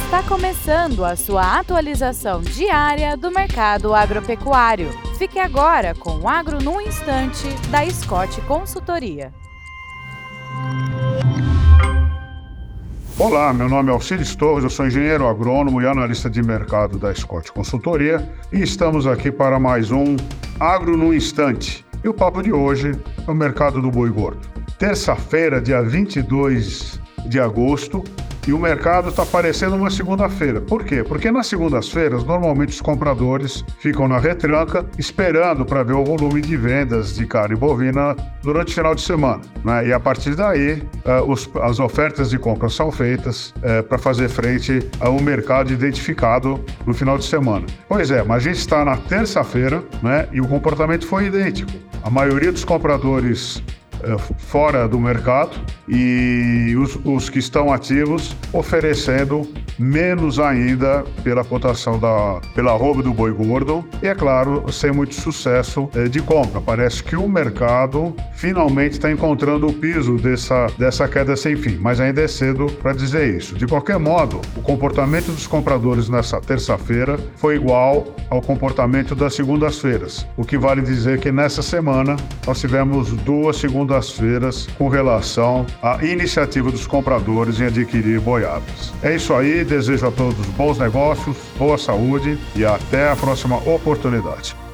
Está começando a sua atualização diária do mercado agropecuário. Fique agora com o Agro no Instante, da Scott Consultoria. Olá, meu nome é Alcides Torres, eu sou engenheiro agrônomo e analista de mercado da Scott Consultoria e estamos aqui para mais um Agro no Instante. E o papo de hoje é o mercado do boi gordo. Terça-feira, dia 22 de agosto, e o mercado está parecendo uma segunda-feira. Por quê? Porque nas segundas-feiras, normalmente os compradores ficam na retranca esperando para ver o volume de vendas de carne bovina durante o final de semana, né? E a partir daí, as ofertas de compra são feitas para fazer frente ao mercado identificado no final de semana. Pois é, mas a gente está na terça-feira, né? E o comportamento foi idêntico. A maioria dos compradores fora do mercado e os que estão ativos oferecendo menos ainda pela cotação pela arroba do boi gordo e, é claro, sem muito sucesso de compra. Parece que o mercado finalmente está encontrando o piso dessa queda sem fim, mas ainda é cedo para dizer isso. De qualquer modo, o comportamento dos compradores nessa terça-feira foi igual ao comportamento das segundas-feiras, o que vale dizer que nessa semana nós tivemos duas segundas-feiras com relação à iniciativa dos compradores em adquirir boiadas. É isso aí, desejo a todos bons negócios, boa saúde e até a próxima oportunidade.